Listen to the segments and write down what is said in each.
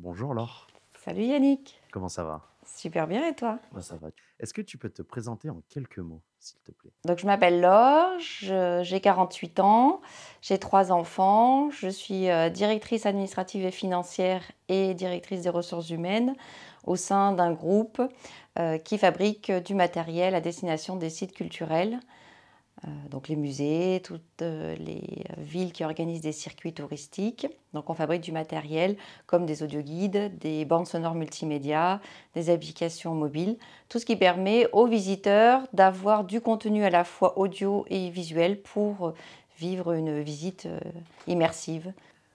Bonjour Laure, Salut Yannick, comment ça va? super bien et toi? Moi ça va. Est-ce que tu peux te présenter en quelques mots, s'il te plaît? Donc je m'appelle Laure, j'ai 48 ans, j'ai 3 enfants, je suis directrice administrative et financière et directrice des ressources humaines au sein d'un groupe qui fabrique du matériel à destination des sites culturels. Donc les musées, toutes les villes qui organisent des circuits touristiques. Donc on fabrique du matériel comme des audioguides, des bandes sonores multimédia, des applications mobiles, tout ce qui permet aux visiteurs d'avoir du contenu à la fois audio et visuel pour vivre une visite immersive.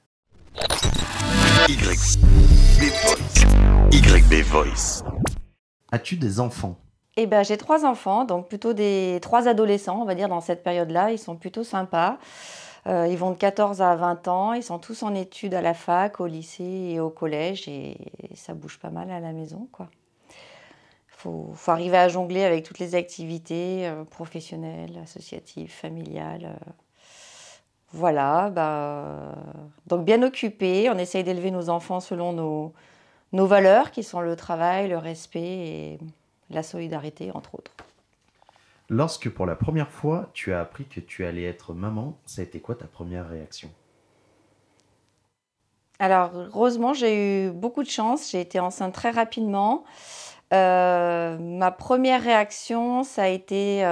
YB Voice. YB Voice. As-tu des enfants? Eh ben, j'ai 3 enfants, donc plutôt des 3 adolescents, on va dire, dans cette période-là. Ils sont plutôt sympas. Ils vont de 14 à 20 ans. Ils sont tous en études à la fac, au lycée et au collège. Et ça bouge pas mal à la maison, quoi. Faut arriver à jongler avec toutes les activités professionnelles, associatives, familiales. Voilà, donc bien occupés. On essaye d'élever nos enfants selon nos valeurs, qui sont le travail, le respect et la solidarité, entre autres. Lorsque pour la première fois tu as appris que tu allais être maman, ça a été quoi ta première réaction? Alors, heureusement, j'ai eu beaucoup de chance. J'ai été enceinte très rapidement. Ma première réaction, ça a été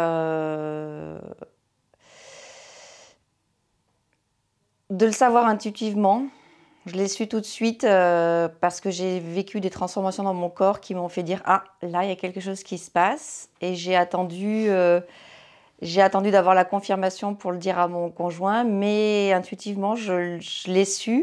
de le savoir intuitivement. Je l'ai su tout de suite parce que j'ai vécu des transformations dans mon corps qui m'ont fait dire: ah, là, il y a quelque chose qui se passe. Et j'ai attendu d'avoir la confirmation pour le dire à mon conjoint, mais intuitivement, je l'ai su.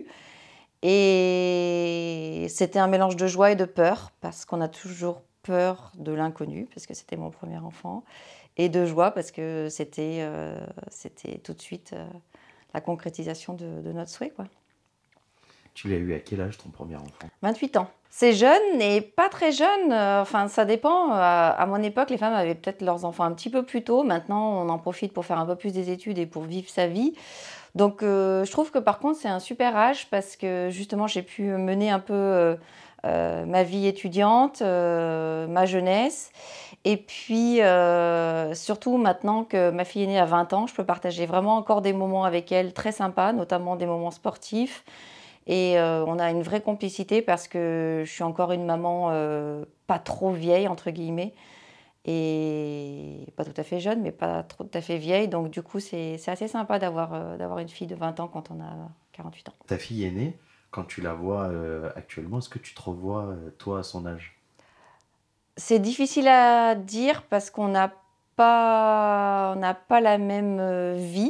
Et c'était un mélange de joie et de peur, parce qu'on a toujours peur de l'inconnu, parce que c'était mon premier enfant, et de joie, parce que c'était tout de suite la concrétisation de notre souhait, quoi. Tu l'as eu à quel âge ton premier enfant? 28 ans. C'est jeune et pas très jeune, enfin ça dépend. À mon époque, les femmes avaient peut-être leurs enfants un petit peu plus tôt. Maintenant, on en profite pour faire un peu plus des études et pour vivre sa vie. Donc je trouve que par contre, c'est un super âge parce que justement, j'ai pu mener un peu ma vie étudiante, ma jeunesse. Et puis surtout maintenant que ma fille est née à 20 ans, je peux partager vraiment encore des moments avec elle très sympas, notamment des moments sportifs. Et on a une vraie complicité parce que je suis encore une maman pas trop vieille, entre guillemets, et pas tout à fait jeune, mais pas trop tout à fait vieille. Donc du coup, c'est assez sympa d'avoir une fille de 20 ans quand on a 48 ans. Ta fille est née, quand tu la vois actuellement, est-ce que tu te revois toi à son âge? C'est difficile à dire parce on n'a pas la même vie.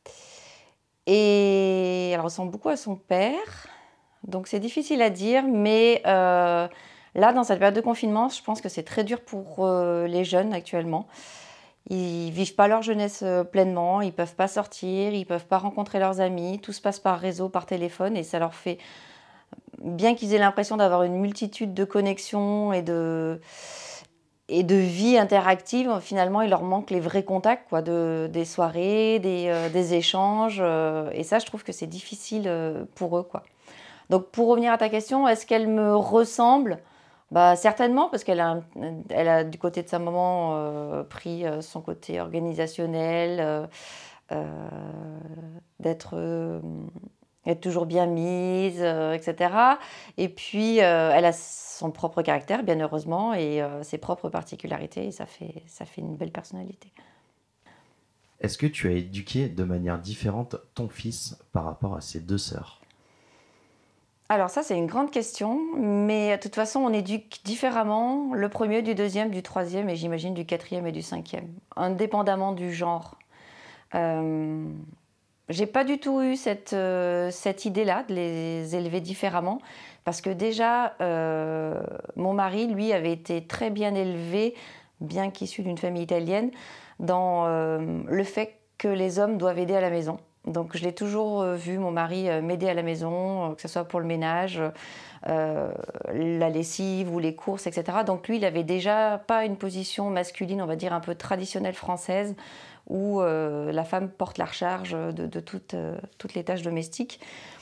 Et elle ressemble beaucoup à son père. Donc c'est difficile à dire, mais là, dans cette période de confinement, je pense que c'est très dur pour les jeunes actuellement. Ils vivent pas leur jeunesse pleinement, ils peuvent pas sortir, ils peuvent pas rencontrer leurs amis, tout se passe par réseau, par téléphone, et ça leur fait, bien qu'ils aient l'impression d'avoir une multitude de connexions et de vie interactive, finalement, il leur manque les vrais contacts, quoi, des soirées, des échanges, et ça, je trouve que c'est difficile pour eux, quoi. Donc pour revenir à ta question, est-ce qu'elle me ressemble? Bah, certainement, parce elle a du côté de sa maman pris son côté organisationnel, euh, d'être être toujours bien mise, etc. Et puis elle a son propre caractère, bien heureusement, et ses propres particularités, et ça fait une belle personnalité. Est-ce que tu as éduqué de manière différente ton fils par rapport à ses deux sœurs? Alors ça, c'est une grande question, mais de toute façon, on éduque différemment le premier, du deuxième, du troisième et j'imagine du quatrième et du cinquième, indépendamment du genre. Euh, j'ai pas du tout eu cette idée-là de les élever différemment, parce que déjà, mon mari, lui, avait été très bien élevé, bien qu'issu d'une famille italienne, dans le fait que les hommes doivent aider à la maison. Donc je l'ai toujours vu, mon mari, m'aider à la maison, que ce soit pour le ménage, la lessive ou les courses, etc. Donc lui, il avait déjà pas une position masculine, on va dire un peu traditionnelle française, où la femme porte la charge de toutes les tâches domestiques.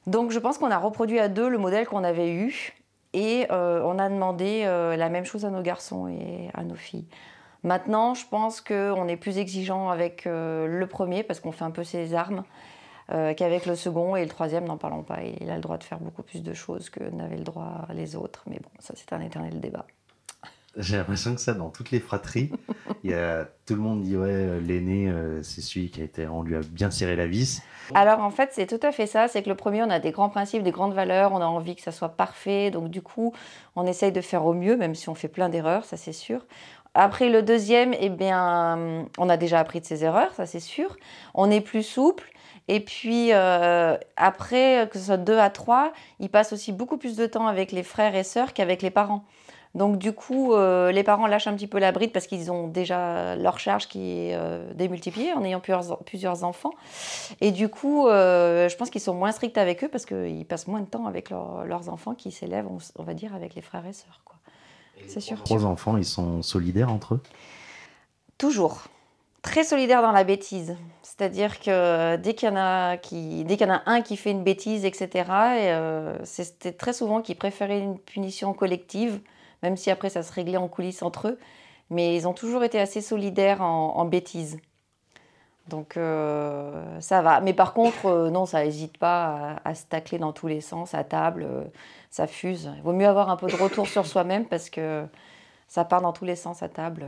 Donc je pense qu'on a reproduit à 2 le modèle qu'on avait eu et on a demandé la même chose à nos garçons et à nos filles. Maintenant, je pense qu'on est plus exigeant avec le premier parce qu'on fait un peu ses armes qu'avec le second, et le troisième, n'en parlons pas. Il a le droit de faire beaucoup plus de choses que n'avaient le droit les autres. Mais bon, ça c'est un éternel débat. J'ai l'impression que ça, dans toutes les fratries, tout le monde dit ouais, l'aîné, c'est celui on lui a bien serré la vis. Alors en fait, c'est tout à fait ça. C'est que le premier, on a des grands principes, des grandes valeurs, on a envie que ça soit parfait. Donc du coup, on essaye de faire au mieux, même si on fait plein d'erreurs, ça c'est sûr. Après le deuxième, eh bien, on a déjà appris de ses erreurs, ça c'est sûr. On est plus souple. Et puis après, que ce soit 2 à 3, ils passent aussi beaucoup plus de temps avec les frères et sœurs qu'avec les parents. Donc du coup, les parents lâchent un petit peu la bride parce qu'ils ont déjà leur charge qui est démultipliée en ayant plusieurs enfants. Et du coup, je pense qu'ils sont moins stricts avec eux parce qu'ils passent moins de temps avec leurs enfants qui s'élèvent, on va dire, avec les frères et sœurs, quoi. C'est sûr. 3 enfants, ils sont solidaires entre eux? Toujours. Très solidaire dans la bêtise. C'est-à-dire que dès qu'il y en a un qui fait une bêtise, etc., c'était très souvent qu'ils préféraient une punition collective, même si après ça se réglait en coulisses entre eux. Mais ils ont toujours été assez solidaires en bêtise. Donc ça va. Mais par contre, non, ça n'hésite pas à se tacler dans tous les sens, à table, ça fuse. Il vaut mieux avoir un peu de retour sur soi-même parce que ça part dans tous les sens à table.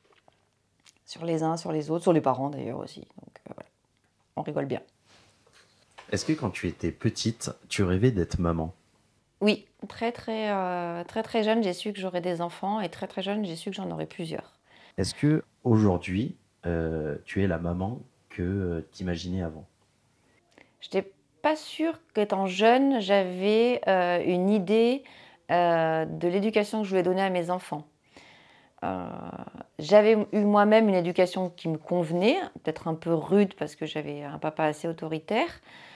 Sur les uns, sur les autres, sur les parents d'ailleurs aussi. Donc voilà, on rigole bien. Est-ce que quand tu étais petite, tu rêvais d'être maman? Oui, très jeune, j'ai su que j'aurais des enfants et très jeune, j'ai su que j'en aurais plusieurs. Est-ce que aujourd'hui, tu es la maman que t'imaginais avant? Je n'étais pas sûre qu'étant jeune, j'avais une idée de l'éducation que je voulais donner à mes enfants. J'avais eu moi-même une éducation qui me convenait, peut-être un peu rude parce que j'avais un papa assez autoritaire,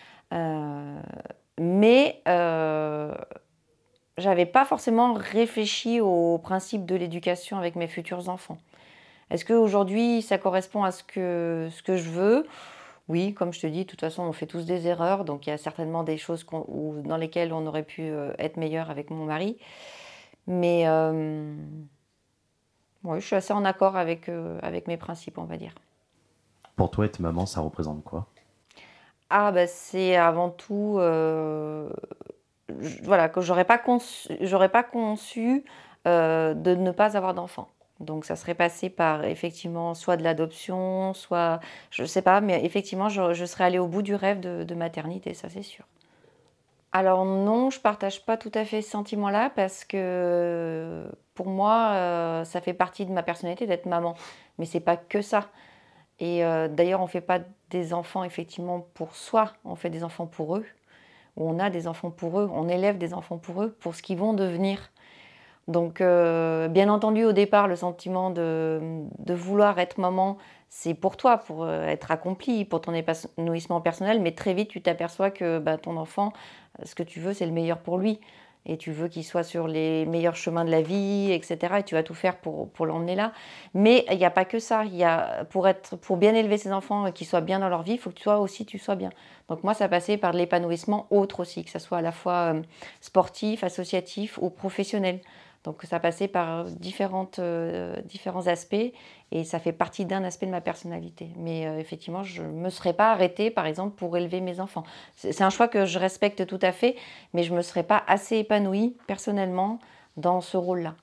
mais j'avais pas forcément réfléchi aux principes de l'éducation avec mes futurs enfants. Est-ce qu'aujourd'hui ça correspond à ce que je veux? Oui, comme je te dis, de toute façon on fait tous des erreurs, donc il y a certainement des choses dans lesquelles on aurait pu être meilleur avec mon mari, mais oui, je suis assez en accord avec mes principes, on va dire. Pour toi, être maman, ça représente quoi? Ah bah c'est avant tout, voilà, que j'aurais pas conçu de ne pas avoir d'enfant. Donc ça serait passé par effectivement soit de l'adoption, soit je sais pas, mais effectivement je serais allée au bout du rêve de maternité, ça c'est sûr. Alors non, je partage pas tout à fait ce sentiment-là parce que pour moi, ça fait partie de ma personnalité d'être maman. Mais c'est pas que ça. Et d'ailleurs, on fait pas des enfants effectivement pour soi, on fait des enfants pour eux. Ou on a des enfants pour eux, on élève des enfants pour eux, pour ce qu'ils vont devenir. Donc, bien entendu, au départ, le sentiment de vouloir être maman, c'est pour toi, pour être accompli, pour ton épanouissement personnel. Mais très vite, tu t'aperçois que ton enfant, ce que tu veux, c'est le meilleur pour lui. Et tu veux qu'il soit sur les meilleurs chemins de la vie, etc. Et tu vas tout faire pour l'emmener là. Mais il n'y a pas que ça. Pour bien élever ses enfants et qu'ils soient bien dans leur vie, il faut que toi aussi, tu sois bien. Donc moi, ça passait par de l'épanouissement autre aussi, que ce soit à la fois sportif, associatif ou professionnel. Donc ça passait par différents aspects et ça fait partie d'un aspect de ma personnalité. Mais effectivement, je ne me serais pas arrêtée, par exemple, pour élever mes enfants. C'est un choix que je respecte tout à fait, mais je ne me serais pas assez épanouie personnellement dans ce rôle-là.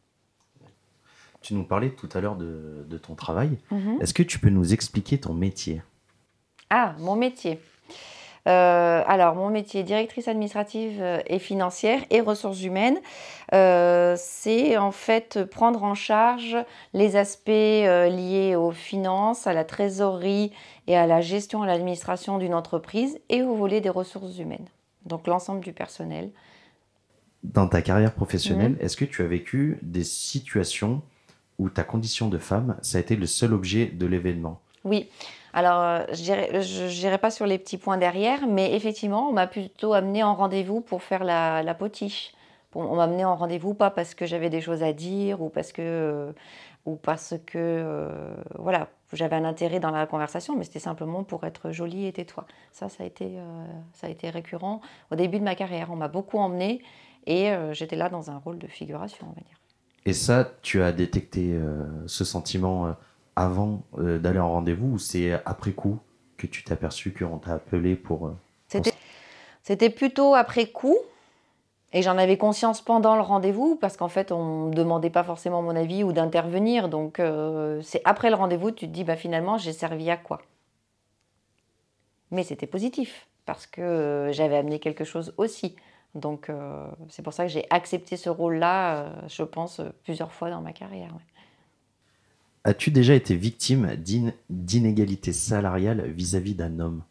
Tu nous parlais tout à l'heure de ton travail. Est-ce que tu peux nous expliquer ton métier? Ah, mon métier. Alors, mon métier, directrice administrative et financière et ressources humaines, c'est en fait prendre en charge les aspects liés aux finances, à la trésorerie et à la gestion et à l'administration d'une entreprise et au volet des ressources humaines. Donc, l'ensemble du personnel. Dans ta carrière professionnelle, est-ce que tu as vécu des situations où ta condition de femme, ça a été le seul objet de l'événement? Oui. Alors, je n'irai pas sur les petits points derrière, mais effectivement, on m'a plutôt amené en rendez-vous pour faire la potiche. On m'a amené en rendez-vous pas parce que j'avais des choses à dire ou parce que ou parce que voilà, j'avais un intérêt dans la conversation, mais c'était simplement pour être jolie et tais-toi. Ça a été récurrent au début de ma carrière. On m'a beaucoup emmenée et j'étais là dans un rôle de figuration, on va dire. Et ça, tu as détecté ce sentiment avant d'aller en rendez-vous ou c'est après coup que tu t'es aperçu qu'on t'a appelé pour C'était plutôt après coup. Et j'en avais conscience pendant le rendez-vous parce qu'en fait, on ne me demandait pas forcément mon avis ou d'intervenir. Donc, c'est après le rendez-vous, tu te dis, bah, finalement, j'ai servi à quoi? Mais c'était positif parce que j'avais amené quelque chose aussi. Donc, c'est pour ça que j'ai accepté ce rôle-là, je pense, plusieurs fois dans ma carrière. Ouais. As-tu déjà été victime d'inégalité salariale vis-à-vis d'un homme?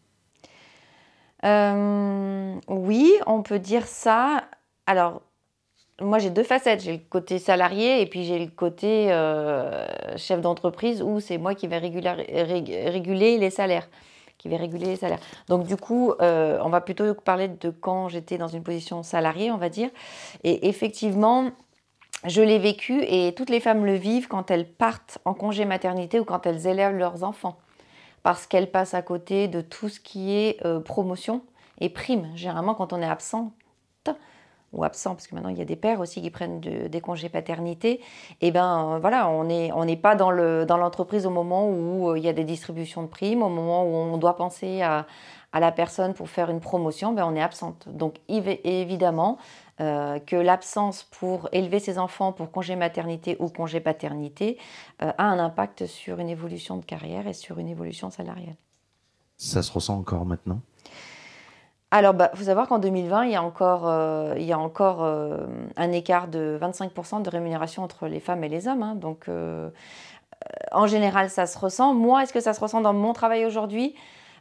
Oui, on peut dire ça. Alors, moi, j'ai deux facettes. J'ai le côté salarié et puis j'ai le côté chef d'entreprise où c'est moi qui vais réguler les salaires. Donc, du coup, on va plutôt parler de quand j'étais dans une position salariée, on va dire. Et effectivement, je l'ai vécu et toutes les femmes le vivent quand elles partent en congé maternité ou quand elles élèvent leurs enfants. Parce qu'elles passent à côté de tout ce qui est promotion et prime. Généralement, quand on est absent, ou absent, parce que maintenant il y a des pères aussi qui prennent des congés paternité, et ben voilà, on n'est pas dans l'entreprise au moment où il y a des distributions de primes, au moment où on doit penser à la personne pour faire une promotion, ben on est absente. Donc évidemment que l'absence pour élever ses enfants pour congé maternité ou congé paternité a un impact sur une évolution de carrière et sur une évolution salariale. Ça se ressent encore maintenant? Alors, faut savoir qu'en 2020, il y a encore un écart de 25% de rémunération entre les femmes et les hommes. Hein. Donc, en général, ça se ressent. Moi, est-ce que ça se ressent dans mon travail aujourd'hui?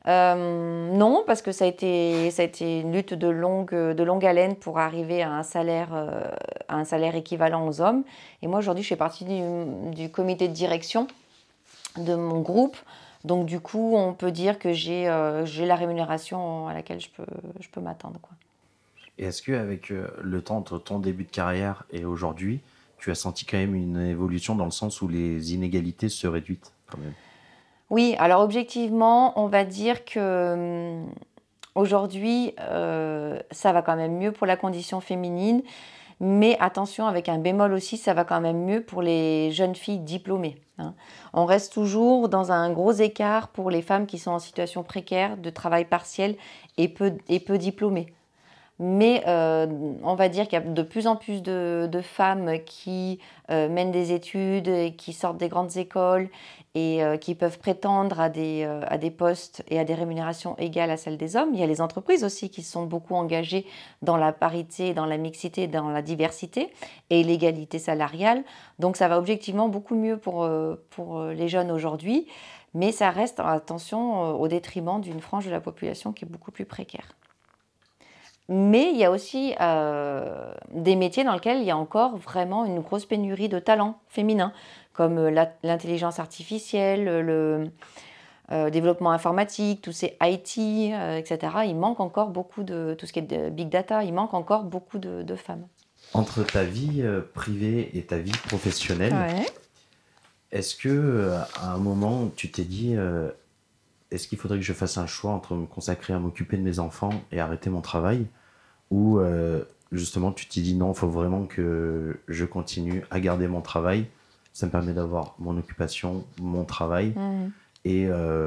Non, parce que ça a été une lutte de longue haleine pour arriver à un salaire équivalent aux hommes. Et moi, aujourd'hui, je fais partie du comité de direction de mon groupe. Donc du coup, on peut dire que j'ai la rémunération à laquelle je peux m'attendre, quoi. Et est-ce qu'avec le temps entre ton début de carrière et aujourd'hui, tu as senti quand même une évolution dans le sens où les inégalités se réduisent quand même? Oui, alors objectivement, on va dire que aujourd'hui, ça va quand même mieux pour la condition féminine. Mais attention, avec un bémol aussi, ça va quand même mieux pour les jeunes filles diplômées. Hein. On reste toujours dans un gros écart pour les femmes qui sont en situation précaire, de travail partiel et peu diplômées. Mais on va dire qu'il y a de plus en plus de femmes qui mènent des études, et qui sortent des grandes écoles et qui peuvent prétendre à des postes et à des rémunérations égales à celles des hommes. Il y a les entreprises aussi qui sont beaucoup engagées dans la parité, dans la mixité, dans la diversité et l'égalité salariale. Donc ça va objectivement beaucoup mieux pour les jeunes aujourd'hui, mais ça reste, attention, au détriment d'une frange de la population qui est beaucoup plus précaire. Mais il y a aussi des métiers dans lesquels il y a encore vraiment une grosse pénurie de talents féminins, comme l'intelligence artificielle, le développement informatique, tous ces IT, etc. Il manque encore beaucoup de tout ce qui est de big data, il manque encore beaucoup de femmes. Entre ta vie privée et ta vie professionnelle, Ouais. est-ce que à un moment tu t'es dit est-ce qu'il faudrait que je fasse un choix entre me consacrer à m'occuper de mes enfants et arrêter mon travail? Ou justement tu t'es dit non, il faut vraiment que je continue à garder mon travail, ça me permet d'avoir mon occupation, mon travail et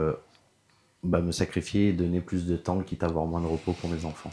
me sacrifier et donner plus de temps quitte à avoir moins de repos pour mes enfants?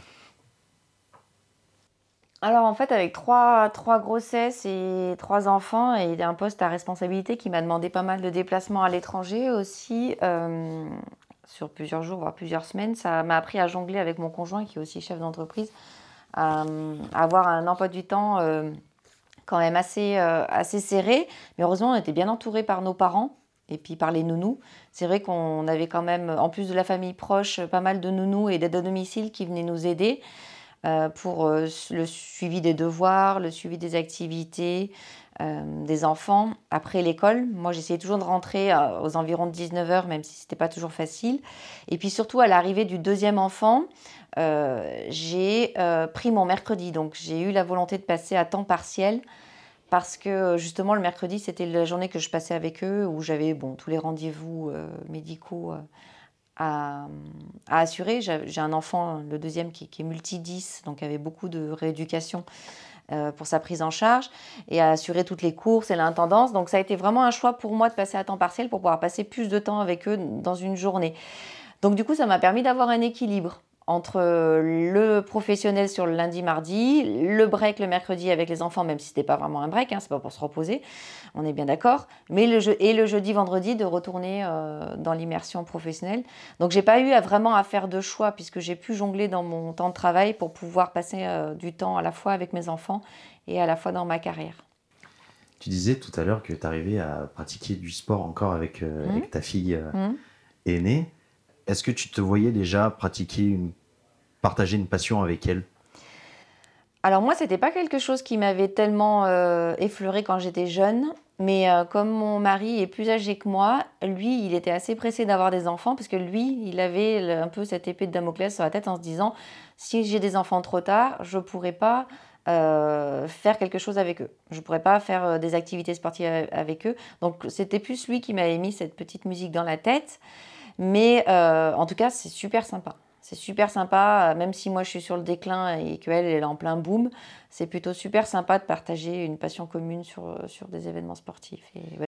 Alors en fait, avec trois grossesses et 3 enfants et un poste à responsabilité qui m'a demandé pas mal de déplacements à l'étranger aussi, sur plusieurs jours, voire plusieurs semaines, ça m'a appris à jongler avec mon conjoint qui est aussi chef d'entreprise, à avoir un emploi du temps quand même assez serré. Mais heureusement, on était bien entourés par nos parents et puis par les nounous. C'est vrai qu'on avait quand même, en plus de la famille proche, pas mal de nounous et d'aides à domicile qui venaient nous aider. Pour le suivi des devoirs, le suivi des activités des enfants après l'école. Moi, j'essayais toujours de rentrer aux environs de 19h, même si ce n'était pas toujours facile. Et puis surtout, à l'arrivée du deuxième enfant, j'ai pris mon mercredi. Donc, j'ai eu la volonté de passer à temps partiel parce que justement le mercredi, c'était la journée que je passais avec eux, où j'avais tous les rendez-vous médicaux à, à assurer. J'ai un enfant, le deuxième, qui est multi-10, donc avait beaucoup de rééducation pour sa prise en charge, et à assurer toutes les courses et l'intendance. Donc ça a été vraiment un choix pour moi de passer à temps partiel pour pouvoir passer plus de temps avec eux dans une journée. Donc du coup, ça m'a permis d'avoir un équilibre entre le professionnel sur le lundi, mardi, le break le mercredi avec les enfants, même si ce n'était pas vraiment un break, c'est pas pour se reposer, on est bien d'accord, mais le jeudi, vendredi, de retourner dans l'immersion professionnelle. Donc j'ai pas eu vraiment à faire de choix, puisque j'ai pu jongler dans mon temps de travail pour pouvoir passer du temps à la fois avec mes enfants et à la fois dans ma carrière. Tu disais tout à l'heure que tu arrivais à pratiquer du sport encore avec ta fille aînée. Est-ce que tu te voyais déjà partager une passion avec elle? Alors moi, c'était pas quelque chose qui m'avait tellement effleuré quand j'étais jeune, mais comme mon mari est plus âgé que moi, lui, il était assez pressé d'avoir des enfants, parce que lui, il avait un peu cette épée de Damoclès sur la tête en se disant, si j'ai des enfants trop tard, je pourrais pas faire quelque chose avec eux. Je pourrais pas faire des activités sportives avec eux. Donc c'était plus lui qui m'avait mis cette petite musique dans la tête. Mais en tout cas, c'est super sympa. C'est super sympa, même si moi je suis sur le déclin et qu'elle est en plein boom. C'est plutôt super sympa de partager une passion commune sur des événements sportifs. Et, ouais.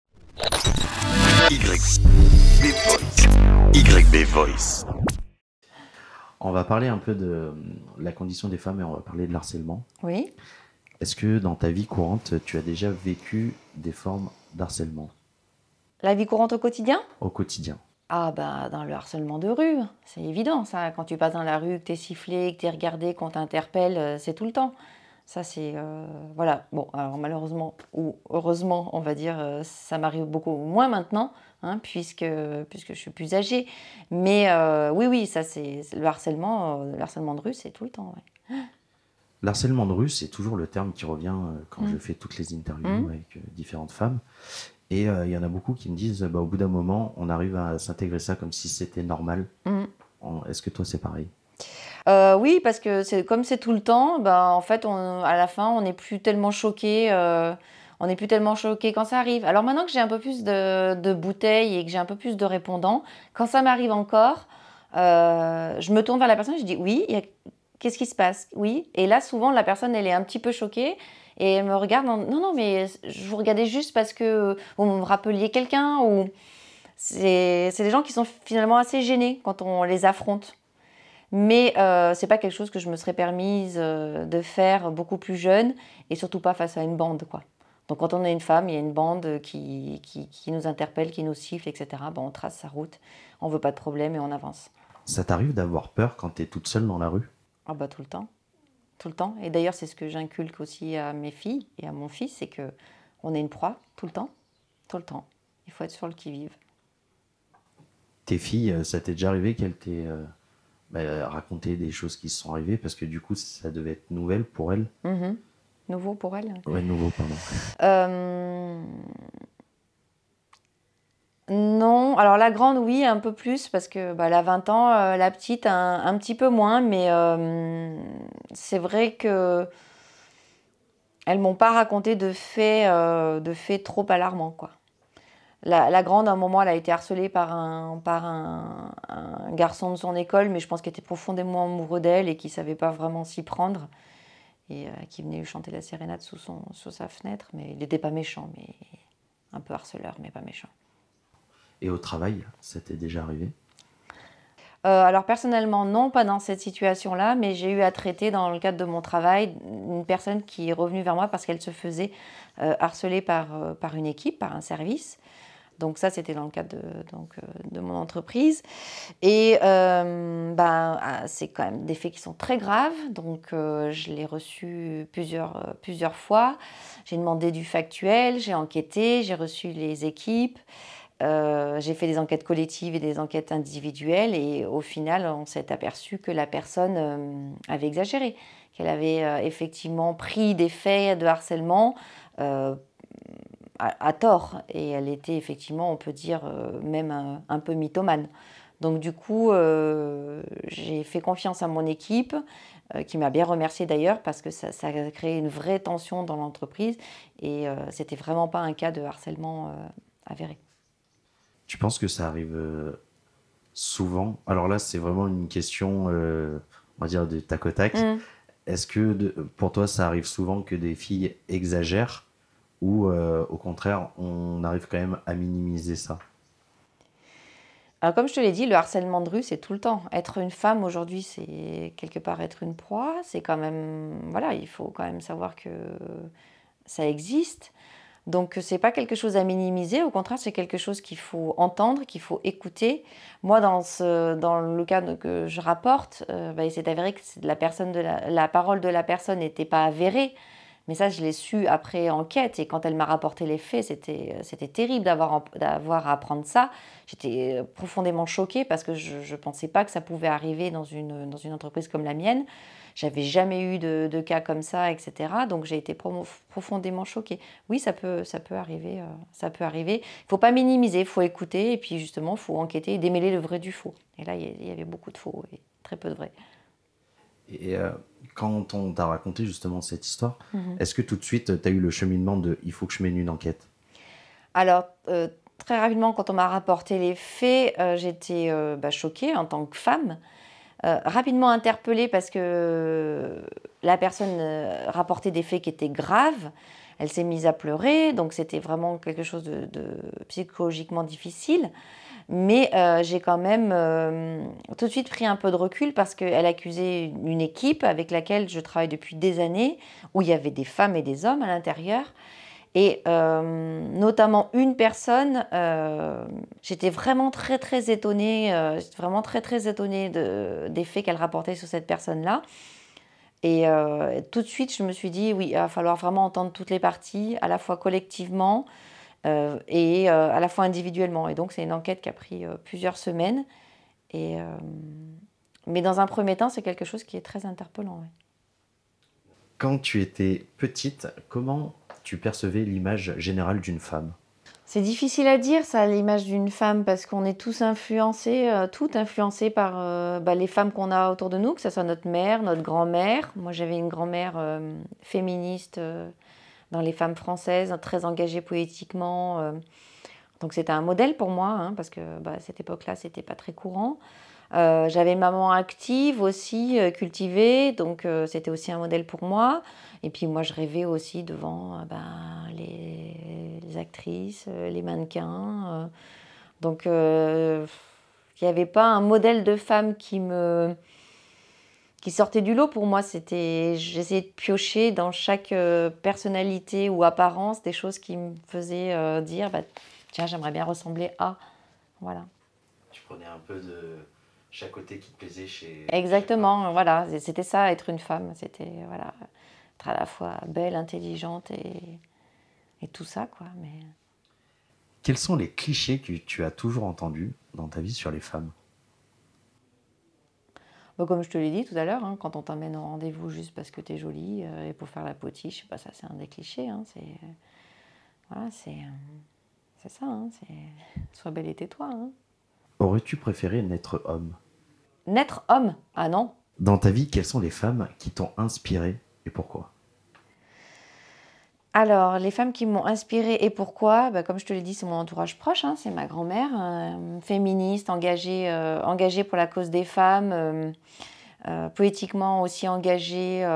YB Voice. On va parler un peu de la condition des femmes et on va parler de l'harcèlement. Oui. Est-ce que dans ta vie courante, tu as déjà vécu des formes d'harcèlement? La vie courante au quotidien? Au quotidien. Ah bah dans le harcèlement de rue, c'est évident ça. Quand tu passes dans la rue, que t'es sifflé, que t'es regardé, qu'on t'interpelle, c'est tout le temps. Ça c'est... voilà. Bon, alors malheureusement, ou heureusement, on va dire, ça m'arrive beaucoup moins maintenant, puisque je suis plus âgée. Mais oui, ça c'est le harcèlement de rue, c'est tout le temps, ouais. L'harcèlement de rue, c'est toujours le terme qui revient quand je fais toutes les interviews avec différentes femmes. Et il y en a beaucoup qui me disent, au bout d'un moment, on arrive à s'intégrer ça comme si c'était normal. Est-ce que toi, c'est pareil? Oui, parce que comme c'est tout le temps, en fait, à la fin, on n'est plus tellement choqué. On n'est plus tellement choqué quand ça arrive. Alors maintenant que j'ai un peu plus de bouteilles et que j'ai un peu plus de répondants, quand ça m'arrive encore, je me tourne vers la personne et je dis oui, qu'est-ce qui se passe? Oui. Et là, souvent, la personne, elle est un petit peu choquée. Et elle me regarde non, mais je vous regardais juste parce que vous me rappeliez quelqu'un. Ou c'est des gens qui sont finalement assez gênés quand on les affronte. Mais c'est pas quelque chose que je me serais permise de faire beaucoup plus jeune, et surtout pas face à une bande, quoi. Donc quand on est une femme, il y a une bande qui nous interpelle, qui nous siffle, etc. On trace sa route, on veut pas de problème et on avance. Ça t'arrive d'avoir peur quand t'es toute seule dans la rue? Ah tout le temps. Tout le temps. Et d'ailleurs, c'est ce que j'inculque aussi à mes filles et à mon fils, c'est qu'on est une proie tout le temps. Tout le temps. Il faut être sur le qui-vive. Tes filles, ça t'est déjà arrivé qu'elles t'aient raconté des choses qui se sont arrivées parce que du coup, ça devait être nouvelle pour elles? Nouveau pour elles? Ouais, nouveau, pardon. Non, alors la grande, oui, un peu plus, parce que elle a 20 ans, la petite, un petit peu moins, mais c'est vrai que elles m'ont pas raconté de faits trop alarmants, quoi. La grande, à un moment, elle a été harcelée par un garçon de son école, mais je pense qu'il était profondément amoureux d'elle et qui savait pas vraiment s'y prendre, et qui venait lui chanter la sérénade sous sa fenêtre, mais il n'était pas méchant, mais un peu harceleur, mais pas méchant. Et au travail, ça t'est déjà arrivé? Alors personnellement, non, pas dans cette situation-là, mais j'ai eu à traiter dans le cadre de mon travail une personne qui est revenue vers moi parce qu'elle se faisait harceler par une équipe, par un service. Donc ça, c'était dans le cadre de mon entreprise. Et c'est quand même des faits qui sont très graves. Donc je l'ai reçu plusieurs fois. J'ai demandé du factuel, j'ai enquêté, j'ai reçu les équipes. J'ai fait des enquêtes collectives et des enquêtes individuelles, et au final, on s'est aperçu que la personne avait exagéré, qu'elle avait effectivement pris des faits de harcèlement à tort, et elle était effectivement, on peut dire, même un peu mythomane. Donc du coup, j'ai fait confiance à mon équipe, qui m'a bien remerciée d'ailleurs parce que ça a créé une vraie tension dans l'entreprise et c'était vraiment pas un cas de harcèlement avéré. Tu penses que ça arrive souvent? Alors là, c'est vraiment une question, on va dire, de tac au tac. Mm. Est-ce que pour toi, ça arrive souvent que des filles exagèrent ou au contraire, on arrive quand même à minimiser ça? Alors, comme je te l'ai dit, le harcèlement de rue, c'est tout le temps. Être une femme aujourd'hui, c'est quelque part être une proie. C'est quand même, voilà, il faut quand même savoir que ça existe. Donc, c'est pas quelque chose à minimiser. Au contraire, c'est quelque chose qu'il faut entendre, qu'il faut écouter. Moi, dans le cas que je rapporte, il s'est avéré que la parole de la personne n'était pas avérée. Mais ça, je l'ai su après enquête. Et quand elle m'a rapporté les faits, c'était terrible d'avoir à apprendre ça. J'étais profondément choquée parce que je ne pensais pas que ça pouvait arriver dans une entreprise comme la mienne. J'avais jamais eu de cas comme ça, etc. Donc j'ai été profondément choquée. Oui, ça peut arriver. Ça peut arriver. Il ne faut pas minimiser, il faut écouter. Et puis justement, il faut enquêter et démêler le vrai du faux. Et là, il y avait beaucoup de faux et très peu de vrai. Et quand on t'a raconté justement cette histoire, est-ce que tout de suite, tu as eu le cheminement de il faut que je mène une enquête? Alors, très rapidement, quand on m'a rapporté les faits, j'étais choquée en tant que femme. Rapidement interpellée parce que la personne rapportait des faits qui étaient graves. Elle s'est mise à pleurer, donc c'était vraiment quelque chose de psychologiquement difficile. Mais j'ai quand même tout de suite pris un peu de recul parce qu'elle accusait une équipe avec laquelle je travaille depuis des années, où il y avait des femmes et des hommes à l'intérieur. Et notamment une personne, j'étais vraiment très très étonnée, des faits qu'elle rapportait sur cette personne-là. Et tout de suite, je me suis dit, oui, il va falloir vraiment entendre toutes les parties, à la fois collectivement et à la fois individuellement. Et donc, c'est une enquête qui a pris plusieurs semaines. Et, mais dans un premier temps, c'est quelque chose qui est très interpellant. Ouais. Quand tu étais petite, comment tu percevais l'image générale d'une femme? C'est difficile à dire, ça, l'image d'une femme, parce qu'on est tous influencés, toutes influencées par les femmes qu'on a autour de nous, que ce soit notre mère, notre grand-mère. Moi, j'avais une grand-mère féministe dans les femmes françaises, très engagée poétiquement. Donc, c'était un modèle pour moi, parce que à cette époque-là, c'était pas très courant. J'avais une maman active aussi, cultivée, donc c'était aussi un modèle pour moi. Et puis moi, je rêvais aussi devant les actrices, les mannequins. Donc il n'y avait pas un modèle de femme qui sortait du lot pour moi. J'essayais de piocher dans chaque personnalité ou apparence des choses qui me faisaient dire, tiens, j'aimerais bien ressembler à. Voilà. Tu prenais un peu de chaque côté qui te plaisait chez... Exactement, voilà, c'était ça, être une femme, c'était voilà, être à la fois belle, intelligente et tout ça, quoi. Mais... Quels sont les clichés que tu as toujours entendus dans ta vie sur les femmes? Comme je te l'ai dit tout à l'heure, quand on t'emmène au rendez-vous juste parce que t'es jolie et pour faire la potiche, ça c'est un des clichés, voilà, c'est ça, c'est sois belle et tais-toi. Aurais-tu préféré naître homme? Naître homme? Ah non. Dans ta vie, quelles sont les femmes qui t'ont inspiré et pourquoi? Alors, les femmes qui m'ont inspirée et pourquoi? Comme je te l'ai dit, c'est mon entourage proche, c'est ma grand-mère, féministe, engagée pour la cause des femmes, poétiquement aussi engagée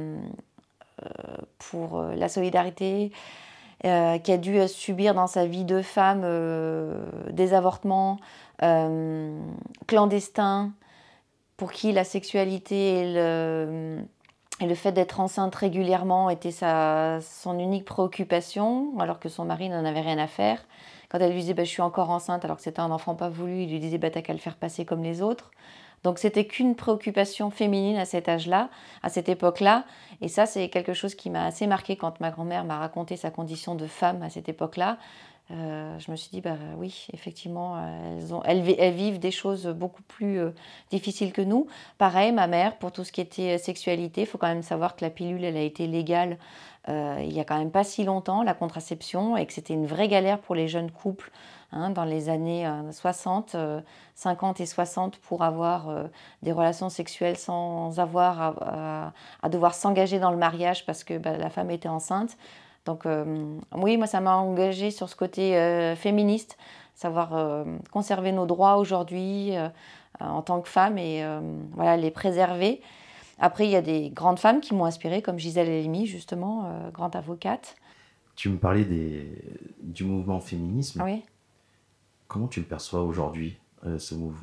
pour la solidarité, qui a dû subir dans sa vie de femme des avortements clandestins, pour qui la sexualité et le fait d'être enceinte régulièrement était son unique préoccupation, alors que son mari n'en avait rien à faire. Quand elle lui disait « je suis encore enceinte », alors que c'était un enfant pas voulu, il lui disait « t'as qu'à le faire passer comme les autres ». Donc c'était qu'une préoccupation féminine à cet âge-là, à cette époque-là. Et ça, c'est quelque chose qui m'a assez marquée quand ma grand-mère m'a raconté sa condition de femme à cette époque-là. Je me suis dit, bah oui, effectivement, elles vivent des choses beaucoup plus difficiles que nous. Pareil, ma mère, pour tout ce qui était sexualité, il faut quand même savoir que la pilule, elle a été légale il y a quand même pas si longtemps, la contraception, et que c'était une vraie galère pour les jeunes couples dans les années 60, 50 et 60 pour avoir des relations sexuelles sans avoir à devoir s'engager dans le mariage parce que la femme était enceinte. Donc oui, moi ça m'a engagée sur ce côté féministe, savoir conserver nos droits aujourd'hui en tant que femme et voilà, les préserver. Après, il y a des grandes femmes qui m'ont inspirée, comme Gisèle Halimi, justement, grande avocate. Tu me parlais du mouvement féminisme. Oui. Comment tu le perçois aujourd'hui, ce mouvement ?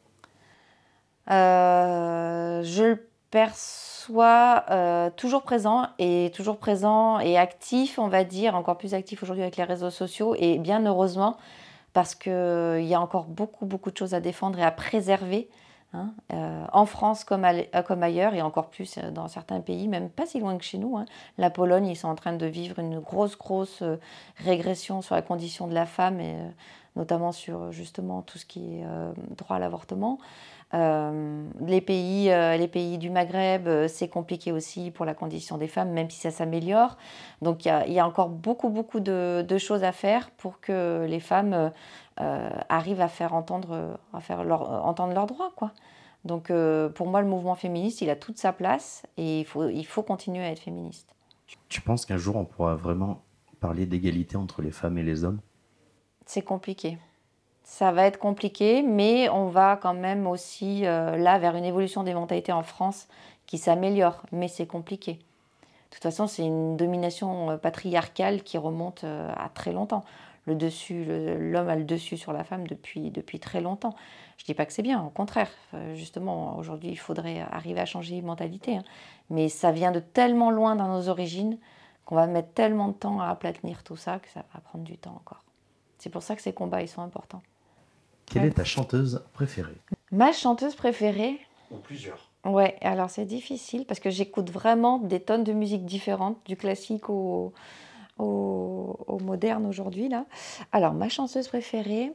Je le perçois toujours présent et actif, on va dire, encore plus actif aujourd'hui avec les réseaux sociaux, et bien heureusement, parce qu'il y a encore beaucoup de choses à défendre et à préserver, en France comme ailleurs, et encore plus dans certains pays, même pas si loin que chez nous. La Pologne, ils sont en train de vivre une grosse régression sur la condition de la femme, et notamment sur justement tout ce qui est droit à l'avortement. Les pays du Maghreb, c'est compliqué aussi pour la condition des femmes, même si ça s'améliore. Donc il y a encore beaucoup de choses à faire pour que les femmes arrivent à faire entendre leurs droits, quoi. Donc pour moi, le mouvement féministe, il a toute sa place et il faut continuer à être féministe. Tu penses qu'un jour on pourra vraiment parler d'égalité entre les femmes et les hommes ? C'est compliqué. Ça va être compliqué, mais on va quand même aussi là vers une évolution des mentalités en France qui s'améliore, mais c'est compliqué. De toute façon, c'est une domination patriarcale qui remonte à très longtemps. L'homme a le dessus sur la femme depuis très longtemps. Je ne dis pas que c'est bien, au contraire. Justement, aujourd'hui, il faudrait arriver à changer les mentalités. Mais ça vient de tellement loin dans nos origines qu'on va mettre tellement de temps à aplatir tout ça que ça va prendre du temps encore. C'est pour ça que ces combats, ils sont importants. Quelle est ta chanteuse préférée ? Ma chanteuse préférée ? Ou plusieurs. Ouais, alors c'est difficile parce que j'écoute vraiment des tonnes de musiques différentes, du classique au moderne aujourd'hui, là. Alors, ma chanteuse préférée,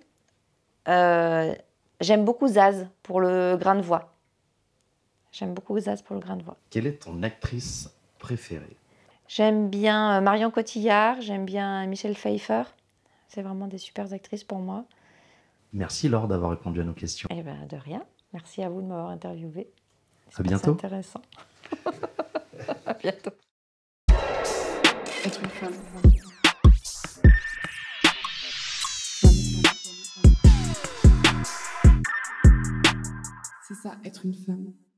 j'aime beaucoup Zaz pour le grain de voix. Quelle est ton actrice préférée ? J'aime bien Marion Cotillard, j'aime bien Michelle Pfeiffer. C'est vraiment des super actrices pour moi. Merci Laure d'avoir répondu à nos questions. Eh ben, de rien. Merci à vous de m'avoir interviewé. À bientôt. C'est intéressant. À bientôt. Être une femme. C'est ça, être une femme.